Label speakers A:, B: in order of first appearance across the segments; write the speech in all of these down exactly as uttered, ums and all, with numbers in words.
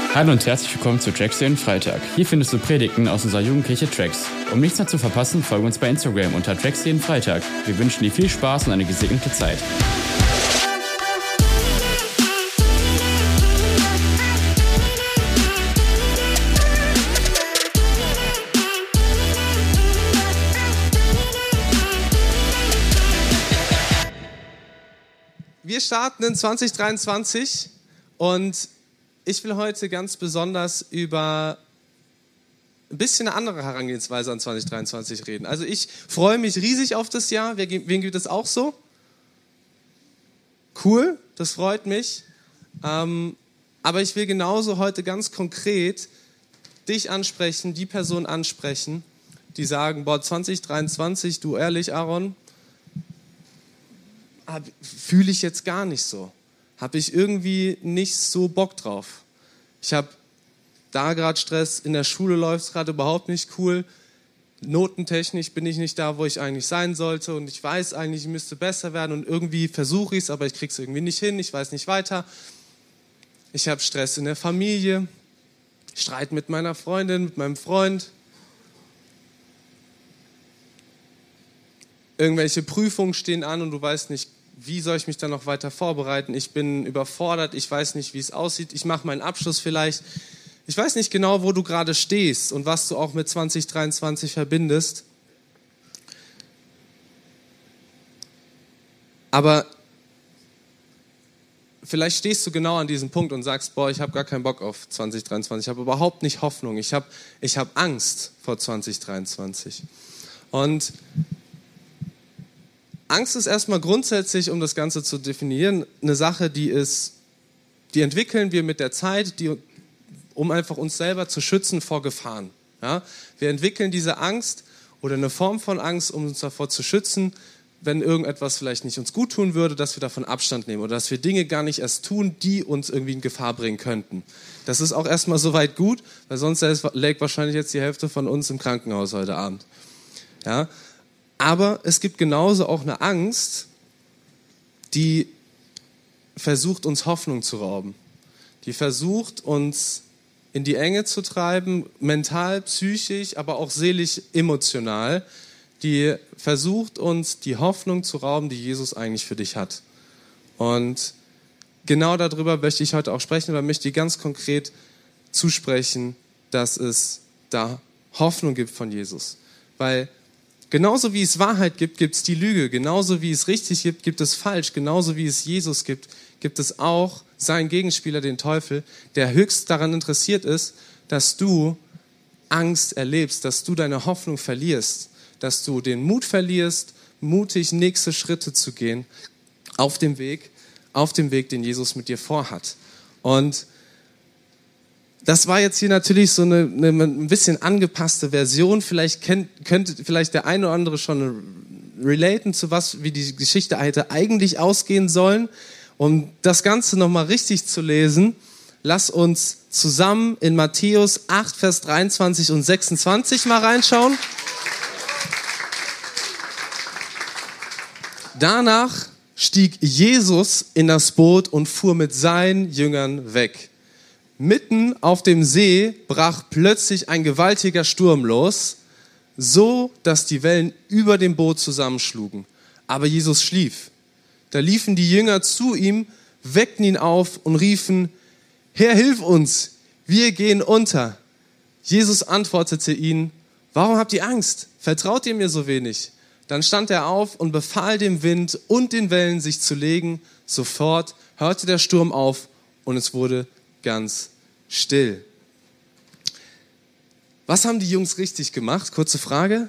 A: Hallo und herzlich willkommen zu Tracks jeden Freitag. Hier findest du Predigten aus unserer Jugendkirche Tracks. Um nichts mehr zu verpassen, folge uns bei Instagram unter Tracks jeden Freitag. Wir wünschen dir viel Spaß und eine gesegnete Zeit.
B: Wir starten in zwanzig dreiundzwanzig und ich will heute ganz besonders über ein bisschen eine andere Herangehensweise an zwanzig dreiundzwanzig reden. Also ich freue mich riesig auf das Jahr. Wem geht es auch so? Cool, das freut mich. Ähm, aber ich will genauso heute ganz konkret dich ansprechen, die Person ansprechen, die sagen, boah, zwanzig dreiundzwanzig, du ehrlich, Aaron, fühle ich jetzt gar nicht so. Habe ich irgendwie nicht so Bock drauf. Ich habe da gerade Stress, in der Schule läuft es gerade überhaupt nicht cool. Notentechnisch bin ich nicht da, wo ich eigentlich sein sollte und ich weiß eigentlich, ich müsste besser werden und irgendwie versuche ich es, aber ich kriege es irgendwie nicht hin, ich weiß nicht weiter. Ich habe Stress in der Familie, Streit mit meiner Freundin, mit meinem Freund. Irgendwelche Prüfungen stehen an und du weißt nicht, wie soll ich mich dann noch weiter vorbereiten? Ich bin überfordert, ich weiß nicht, wie es aussieht. Ich mache meinen Abschluss vielleicht. Ich weiß nicht genau, wo du gerade stehst und was du auch mit zwanzig dreiundzwanzig verbindest. Aber vielleicht stehst du genau an diesem Punkt und sagst, boah, ich habe gar keinen Bock auf zwanzig dreiundzwanzig. Ich habe überhaupt nicht Hoffnung. Ich habe ich hab Angst vor zwanzig dreiundzwanzig. Und Angst ist erstmal grundsätzlich, um das Ganze zu definieren, eine Sache, die ist, die entwickeln wir mit der Zeit, die, um einfach uns selber zu schützen vor Gefahren. Ja? Wir entwickeln diese Angst oder eine Form von Angst, um uns davor zu schützen, wenn irgendetwas vielleicht nicht uns gut tun würde, dass wir davon Abstand nehmen oder dass wir Dinge gar nicht erst tun, die uns irgendwie in Gefahr bringen könnten. Das ist auch erstmal soweit gut, weil sonst lägt wahrscheinlich jetzt die Hälfte von uns im Krankenhaus heute Abend. Ja? Aber es gibt genauso auch eine Angst, die versucht, uns Hoffnung zu rauben. Die versucht, uns in die Enge zu treiben, mental, psychisch, aber auch seelisch, emotional. Die versucht, uns die Hoffnung zu rauben, die Jesus eigentlich für dich hat. Und genau darüber möchte ich heute auch sprechen oder möchte ich ganz konkret zusprechen, dass es da Hoffnung gibt von Jesus. Weil genauso wie es Wahrheit gibt, gibt es die Lüge. Genauso wie es richtig gibt, gibt es falsch. Genauso wie es Jesus gibt, gibt es auch seinen Gegenspieler, den Teufel, der höchst daran interessiert ist, dass du Angst erlebst, dass du deine Hoffnung verlierst, dass du den Mut verlierst, mutig nächste Schritte zu gehen auf dem Weg, auf dem Weg, den Jesus mit dir vorhat. Und das war jetzt hier natürlich so eine, eine ein bisschen angepasste Version. Vielleicht kennt, könnte vielleicht der eine oder andere schon relaten zu was, wie die Geschichte hätte eigentlich ausgehen sollen. Um das Ganze nochmal richtig zu lesen, lass uns zusammen in Matthäus acht, Vers dreiundzwanzig und sechsundzwanzig mal reinschauen. Danach stieg Jesus in das Boot und fuhr mit seinen Jüngern weg. Mitten auf dem See brach plötzlich ein gewaltiger Sturm los, so dass die Wellen über dem Boot zusammenschlugen. Aber Jesus schlief. Da liefen die Jünger zu ihm, weckten ihn auf und riefen, Herr, hilf uns, wir gehen unter. Jesus antwortete ihnen, warum habt ihr Angst? Vertraut ihr mir so wenig? Dann stand er auf und befahl dem Wind und den Wellen sich zu legen. Sofort hörte der Sturm auf und es wurde ganz still. Was haben die Jungs richtig gemacht? Kurze Frage.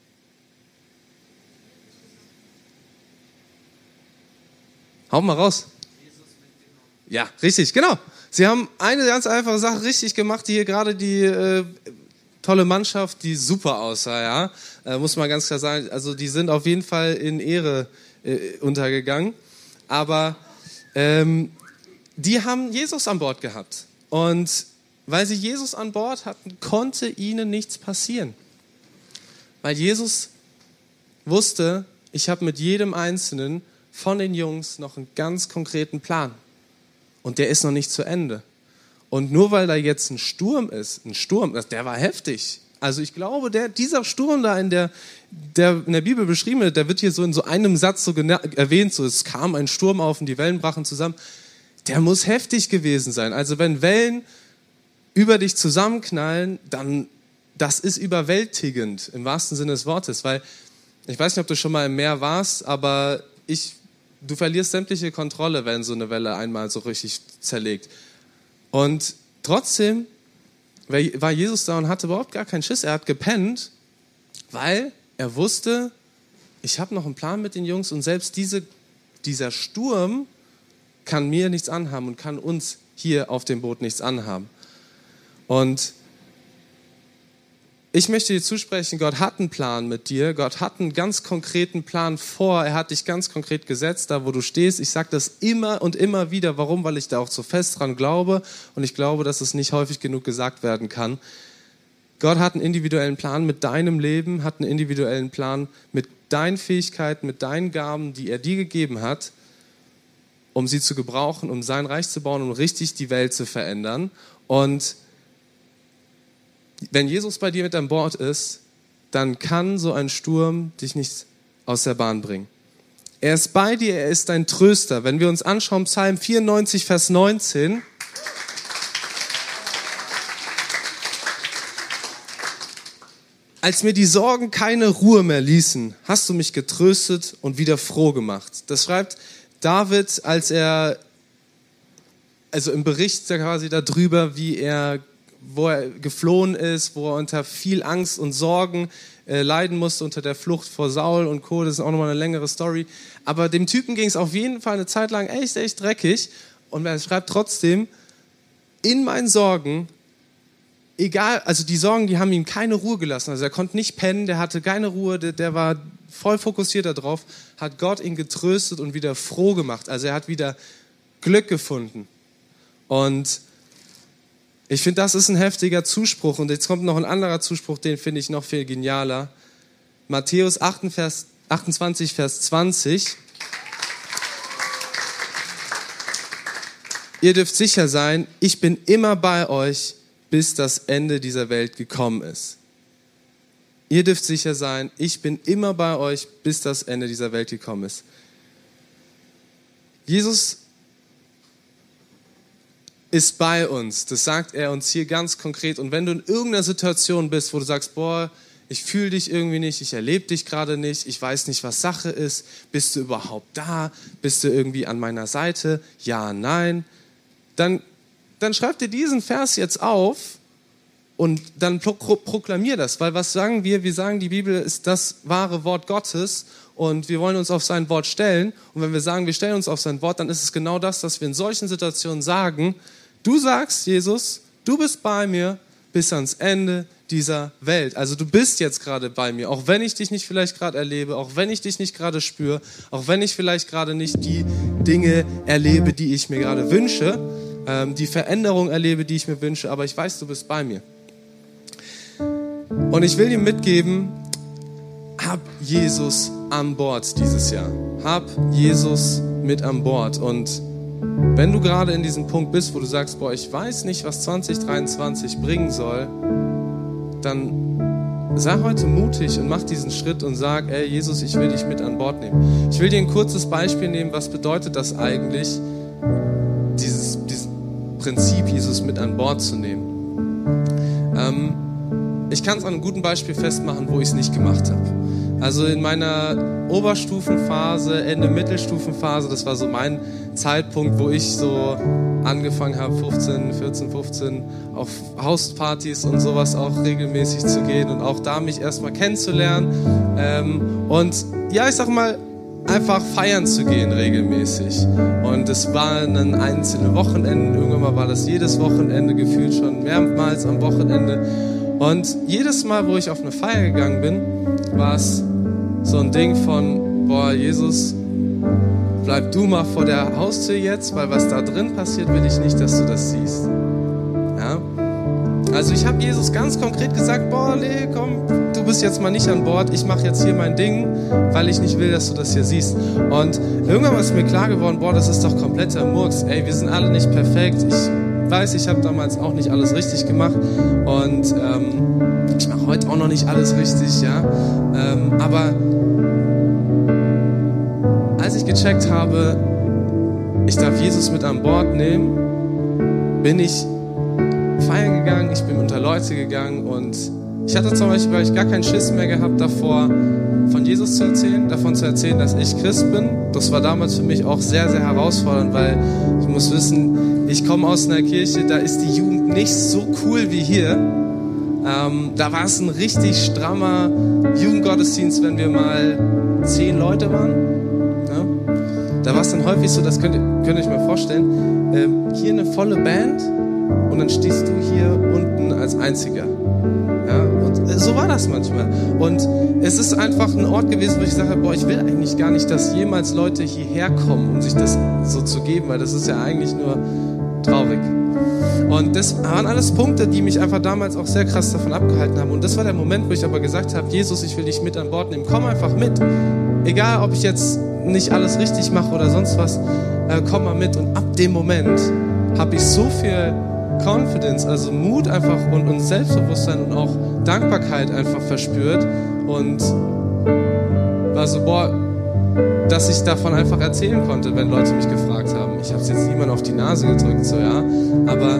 B: Hau mal raus. Ja, richtig, genau. Sie haben eine ganz einfache Sache richtig gemacht, die hier gerade die äh, tolle Mannschaft, die super aussah, ja. Äh, muss man ganz klar sagen, also die sind auf jeden Fall in Ehre äh, untergegangen. Aber ähm, die haben Jesus an Bord gehabt. Und weil sie Jesus an Bord hatten, konnte ihnen nichts passieren. Weil Jesus wusste, ich habe mit jedem Einzelnen von den Jungs noch einen ganz konkreten Plan. Und der ist noch nicht zu Ende. Und nur weil da jetzt ein Sturm ist, ein Sturm, der war heftig. Also ich glaube, der, dieser Sturm da in der, der in der Bibel beschrieben wird, der wird hier so in so einem Satz so erwähnt, so es kam ein Sturm auf und die Wellen brachen zusammen. Der muss heftig gewesen sein. Also wenn Wellen über dich zusammenknallen, dann das ist überwältigend im wahrsten Sinne des Wortes, weil ich weiß nicht, ob du schon mal im Meer warst, aber ich, du verlierst sämtliche Kontrolle, wenn so eine Welle einmal so richtig zerlegt. Und trotzdem war Jesus da und hatte überhaupt gar keinen Schiss. Er hat gepennt, weil er wusste, ich habe noch einen Plan mit den Jungs und selbst diese, dieser Sturm kann mir nichts anhaben und kann uns hier auf dem Boot nichts anhaben. Und ich möchte dir zusprechen, Gott hat einen Plan mit dir. Gott hat einen ganz konkreten Plan vor. Er hat dich ganz konkret gesetzt, da wo du stehst. Ich sage das immer und immer wieder. Warum? Weil ich da auch so fest dran glaube. Und ich glaube, dass es nicht häufig genug gesagt werden kann. Gott hat einen individuellen Plan mit deinem Leben, hat einen individuellen Plan mit deinen Fähigkeiten, mit deinen Gaben, die er dir gegeben hat, um sie zu gebrauchen, um sein Reich zu bauen, um richtig die Welt zu verändern. Und wenn Jesus bei dir mit an Bord ist, dann kann so ein Sturm dich nicht aus der Bahn bringen. Er ist bei dir, er ist dein Tröster. Wenn wir uns anschauen, Psalm vierundneunzig, Vers neunzehn. Als mir die Sorgen keine Ruhe mehr ließen, hast du mich getröstet und wieder froh gemacht. Das schreibt David, als er, also im Bericht quasi darüber, wie er wo er geflohen ist, wo er unter viel Angst und Sorgen äh, leiden musste, unter der Flucht vor Saul und Co. Das ist auch nochmal eine längere Story. Aber dem Typen ging es auf jeden Fall eine Zeit lang echt, echt dreckig. Und er schreibt trotzdem, in meinen Sorgen, egal, also die Sorgen, die haben ihm keine Ruhe gelassen. Also er konnte nicht pennen, der hatte keine Ruhe, der, der war voll fokussiert darauf, hat Gott ihn getröstet und wieder froh gemacht. Also er hat wieder Glück gefunden. Und ich finde, das ist ein heftiger Zuspruch. Und jetzt kommt noch ein anderer Zuspruch, den finde ich noch viel genialer. Matthäus achtundzwanzig, Vers zwanzig. Ihr dürft sicher sein, ich bin immer bei euch, bis das Ende dieser Welt gekommen ist. Ihr dürft sicher sein, ich bin immer bei euch, bis das Ende dieser Welt gekommen ist. Jesus ist bei uns. Das sagt er uns hier ganz konkret. Und wenn du in irgendeiner Situation bist, wo du sagst, boah, ich fühle dich irgendwie nicht, ich erlebe dich gerade nicht, ich weiß nicht, was Sache ist, bist du überhaupt da? Bist du irgendwie an meiner Seite? Ja, nein. Dann, dann schreib dir diesen Vers jetzt auf und dann pro- proklamier das. Weil was sagen wir? Wir sagen, die Bibel ist das wahre Wort Gottes und wir wollen uns auf sein Wort stellen. Und wenn wir sagen, wir stellen uns auf sein Wort, dann ist es genau das, dass wir in solchen Situationen sagen, du sagst, Jesus, du bist bei mir bis ans Ende dieser Welt. Also du bist jetzt gerade bei mir, auch wenn ich dich nicht vielleicht gerade erlebe, auch wenn ich dich nicht gerade spüre, auch wenn ich vielleicht gerade nicht die Dinge erlebe, die ich mir gerade wünsche, ähm, die Veränderung erlebe, die ich mir wünsche, aber ich weiß, du bist bei mir. Und ich will dir mitgeben, hab Jesus an Bord dieses Jahr. Hab Jesus mit an Bord. Und wenn du gerade in diesem Punkt bist, wo du sagst, boah, ich weiß nicht, was zwanzig dreiundzwanzig bringen soll, dann sei heute mutig und mach diesen Schritt und sag, ey Jesus, ich will dich mit an Bord nehmen. Ich will dir ein kurzes Beispiel nehmen, was bedeutet das eigentlich, dieses, dieses Prinzip, Jesus mit an Bord zu nehmen. Ähm, ich kann es an einem guten Beispiel festmachen, wo ich es nicht gemacht habe. Also in meiner Oberstufenphase, Ende Mittelstufenphase, das war so mein Zeitpunkt, wo ich so angefangen habe, fünfzehn, vierzehn, fünfzehn, auf Hauspartys und sowas auch regelmäßig zu gehen und auch da mich erstmal kennenzulernen. Ähm, und ja, ich sag mal, einfach feiern zu gehen regelmäßig. Und es waren dann einzelne Wochenenden, irgendwann mal war das jedes Wochenende, gefühlt schon mehrmals am Wochenende. Und jedes Mal, wo ich auf eine Feier gegangen bin, war es so ein Ding von, boah, Jesus, bleib du mal vor der Haustür jetzt, weil was da drin passiert, will ich nicht, dass du das siehst. Ja? Also ich habe Jesus ganz konkret gesagt, boah, nee, komm, du bist jetzt mal nicht an Bord, ich mache jetzt hier mein Ding, weil ich nicht will, dass du das hier siehst. Und irgendwann ist mir klar geworden, boah, das ist doch kompletter Murks. Ey, wir sind alle nicht perfekt. Ich weiß, ich habe damals auch nicht alles richtig gemacht und ähm, ich mache heute auch noch nicht alles richtig, ja. Ähm, aber als ich gecheckt habe, ich darf Jesus mit an Bord nehmen, bin ich feiern gegangen, ich bin unter Leute gegangen und ich hatte zum Beispiel weil ich gar keinen Schiss mehr gehabt davor, von Jesus zu erzählen, davon zu erzählen, dass ich Christ bin. Das war damals für mich auch sehr, sehr herausfordernd, weil ich muss wissen, ich komme aus einer Kirche, da ist die Jugend nicht so cool wie hier. Ähm, da war es ein richtig strammer Jugendgottesdienst, wenn wir mal zehn Leute waren. Ja? Da war es dann häufig so, das könnt ihr, könnt ihr euch mal vorstellen, ähm, hier eine volle Band und dann stehst du hier unten als Einziger. Ja, und so war das manchmal. Und es ist einfach ein Ort gewesen, wo ich sage, boah, ich will eigentlich gar nicht, dass jemals Leute hierher kommen, um sich das so zu geben, weil das ist ja eigentlich nur traurig. Und das waren alles Punkte, die mich einfach damals auch sehr krass davon abgehalten haben. Und das war der Moment, wo ich aber gesagt habe, Jesus, ich will dich mit an Bord nehmen, komm einfach mit. Egal, ob ich jetzt nicht alles richtig mache oder sonst was, äh, komm mal mit. Und ab dem Moment habe ich so viel Confidence, also Mut einfach und, und Selbstbewusstsein und auch Dankbarkeit einfach verspürt und war so, boah, dass ich davon einfach erzählen konnte, wenn Leute mich gefragt haben. Ich habe es jetzt niemand auf die Nase gedrückt, so ja, aber